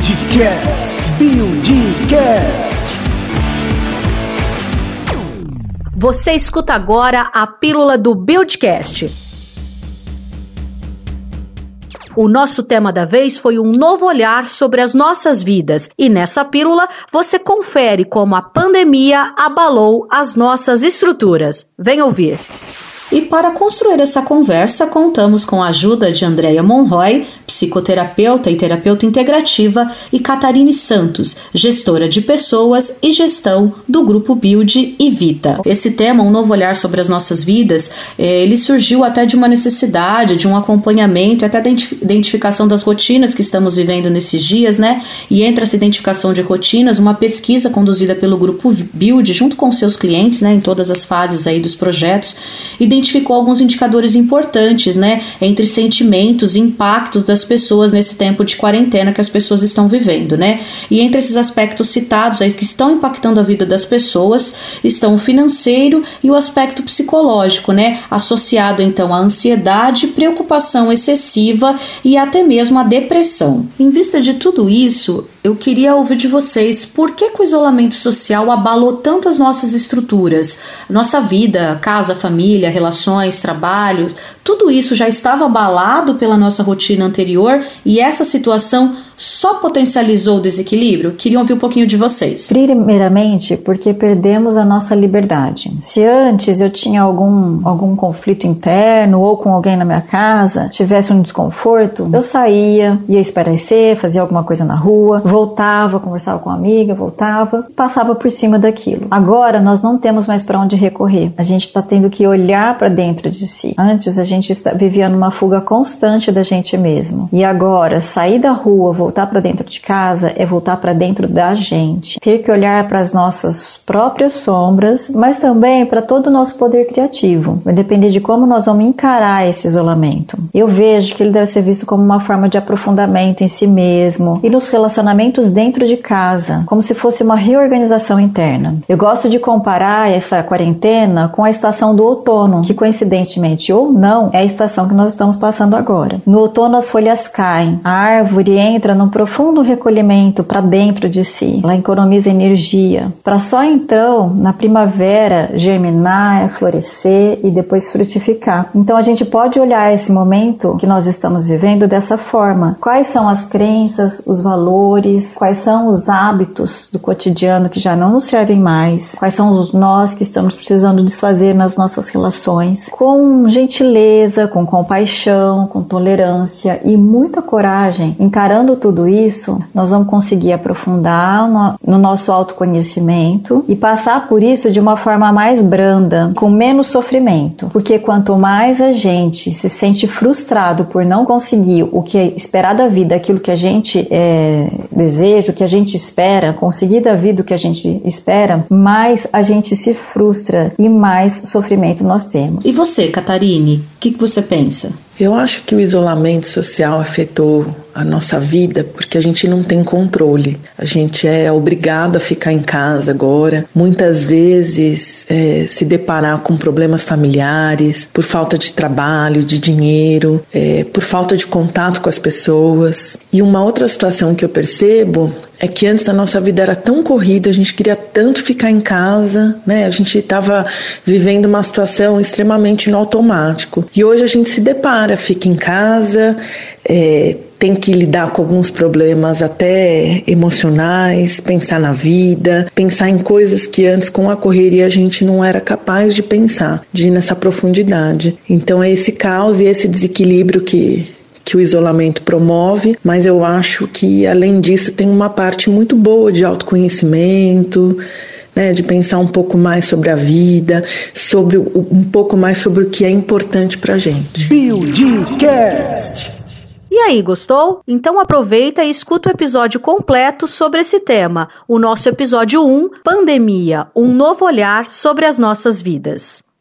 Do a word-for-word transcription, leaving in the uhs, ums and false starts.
Buildcast, Buildcast. Você escuta agora a pílula do Buildcast. O nosso tema da vez foi um novo olhar sobre as nossas vidas e nessa pílula você confere como a pandemia abalou as nossas estruturas. Vem ouvir. E para construir essa conversa, contamos com a ajuda de Andréia Monroy, psicoterapeuta e terapeuta integrativa, e Catarine Santos, gestora de pessoas e gestão do Grupo Build e Vita. Esse tema, um novo olhar sobre as nossas vidas, ele surgiu até de uma necessidade, de um acompanhamento, até da identificação das rotinas que estamos vivendo nesses dias, né? E entre essa identificação de rotinas, uma pesquisa conduzida pelo Grupo Build, junto com seus clientes, né, em todas as fases aí dos projetos, identificou alguns indicadores importantes, né, entre sentimentos e impactos das pessoas nesse tempo de quarentena que as pessoas estão vivendo, né? E entre esses aspectos citados aí que estão impactando a vida das pessoas, estão o financeiro e o aspecto psicológico, né, associado então à ansiedade, preocupação excessiva e até mesmo à depressão. Em vista de tudo isso, eu queria ouvir de vocês por que, que o isolamento social abalou tanto as nossas estruturas, nossa vida, casa, família, relações, trabalho, tudo isso já estava abalado pela nossa rotina anterior e essa situação só potencializou o desequilíbrio? Queria ouvir um pouquinho de vocês. Primeiramente, porque perdemos a nossa liberdade. Se antes eu tinha algum, algum conflito interno ou com alguém na minha casa, tivesse um desconforto, eu saía, ia espairecer, fazia alguma coisa na rua, voltava, conversava com uma amiga, voltava, passava por cima daquilo. Agora nós não temos mais para onde recorrer. A gente está tendo que olhar para dentro de si. Antes a gente vivia numa fuga constante da gente mesmo. E agora, sair da rua, voltar para dentro de casa é voltar para dentro da gente. Ter que olhar para as nossas próprias sombras, mas também para todo o nosso poder criativo. Vai depender de como nós vamos encarar esse isolamento. Eu vejo que ele deve ser visto como uma forma de aprofundamento em si mesmo e nos relacionamentos dentro de casa, como se fosse uma reorganização interna. Eu gosto de comparar essa quarentena com a estação do outono, que coincidentemente ou não é a estação que nós estamos passando agora. No outono as folhas caem, a árvore entra num profundo recolhimento para dentro de si, ela economiza energia, para só então na primavera germinar, florescer e depois frutificar. Então a gente pode olhar esse momento que nós estamos vivendo dessa forma. Quais são as crenças, os valores, quais são os hábitos do cotidiano que já não nos servem mais, quais são os nós que estamos precisando desfazer nas nossas relações, com gentileza, com compaixão, com tolerância e muita coragem, encarando tudo isso, nós vamos conseguir aprofundar no, no nosso autoconhecimento e passar por isso de uma forma mais branda, com menos sofrimento. Porque quanto mais a gente se sente frustrado por não conseguir o que é esperar da vida, aquilo que a gente é, deseja, o que a gente espera, conseguir da vida o que a gente espera, mais a gente se frustra e mais sofrimento nós temos. E você, Catarine, o que, que você pensa? Eu acho que o isolamento social afetou a nossa vida porque a gente não tem controle. A gente é obrigado a ficar em casa agora. Muitas vezes é, se deparar com problemas familiares, por falta de trabalho, de dinheiro, é, por falta de contato com as pessoas. E uma outra situação que eu percebo é que antes a nossa vida era tão corrida, a gente queria tanto ficar em casa, né? A gente estava vivendo uma situação extremamente no automático. E hoje a gente se depara, fica em casa, é, tem que lidar com alguns problemas até emocionais, pensar na vida, pensar em coisas que antes com a correria a gente não era capaz de pensar, de ir nessa profundidade. Então é esse caos e esse desequilíbrio que... que o isolamento promove, mas eu acho que, além disso, tem uma parte muito boa de autoconhecimento, né, de pensar um pouco mais sobre a vida, sobre um pouco mais sobre o que é importante pra gente. Buildcast. E aí, gostou? Então aproveita e escuta o episódio completo sobre esse tema, o nosso episódio um, Pandemia, um novo olhar sobre as nossas vidas.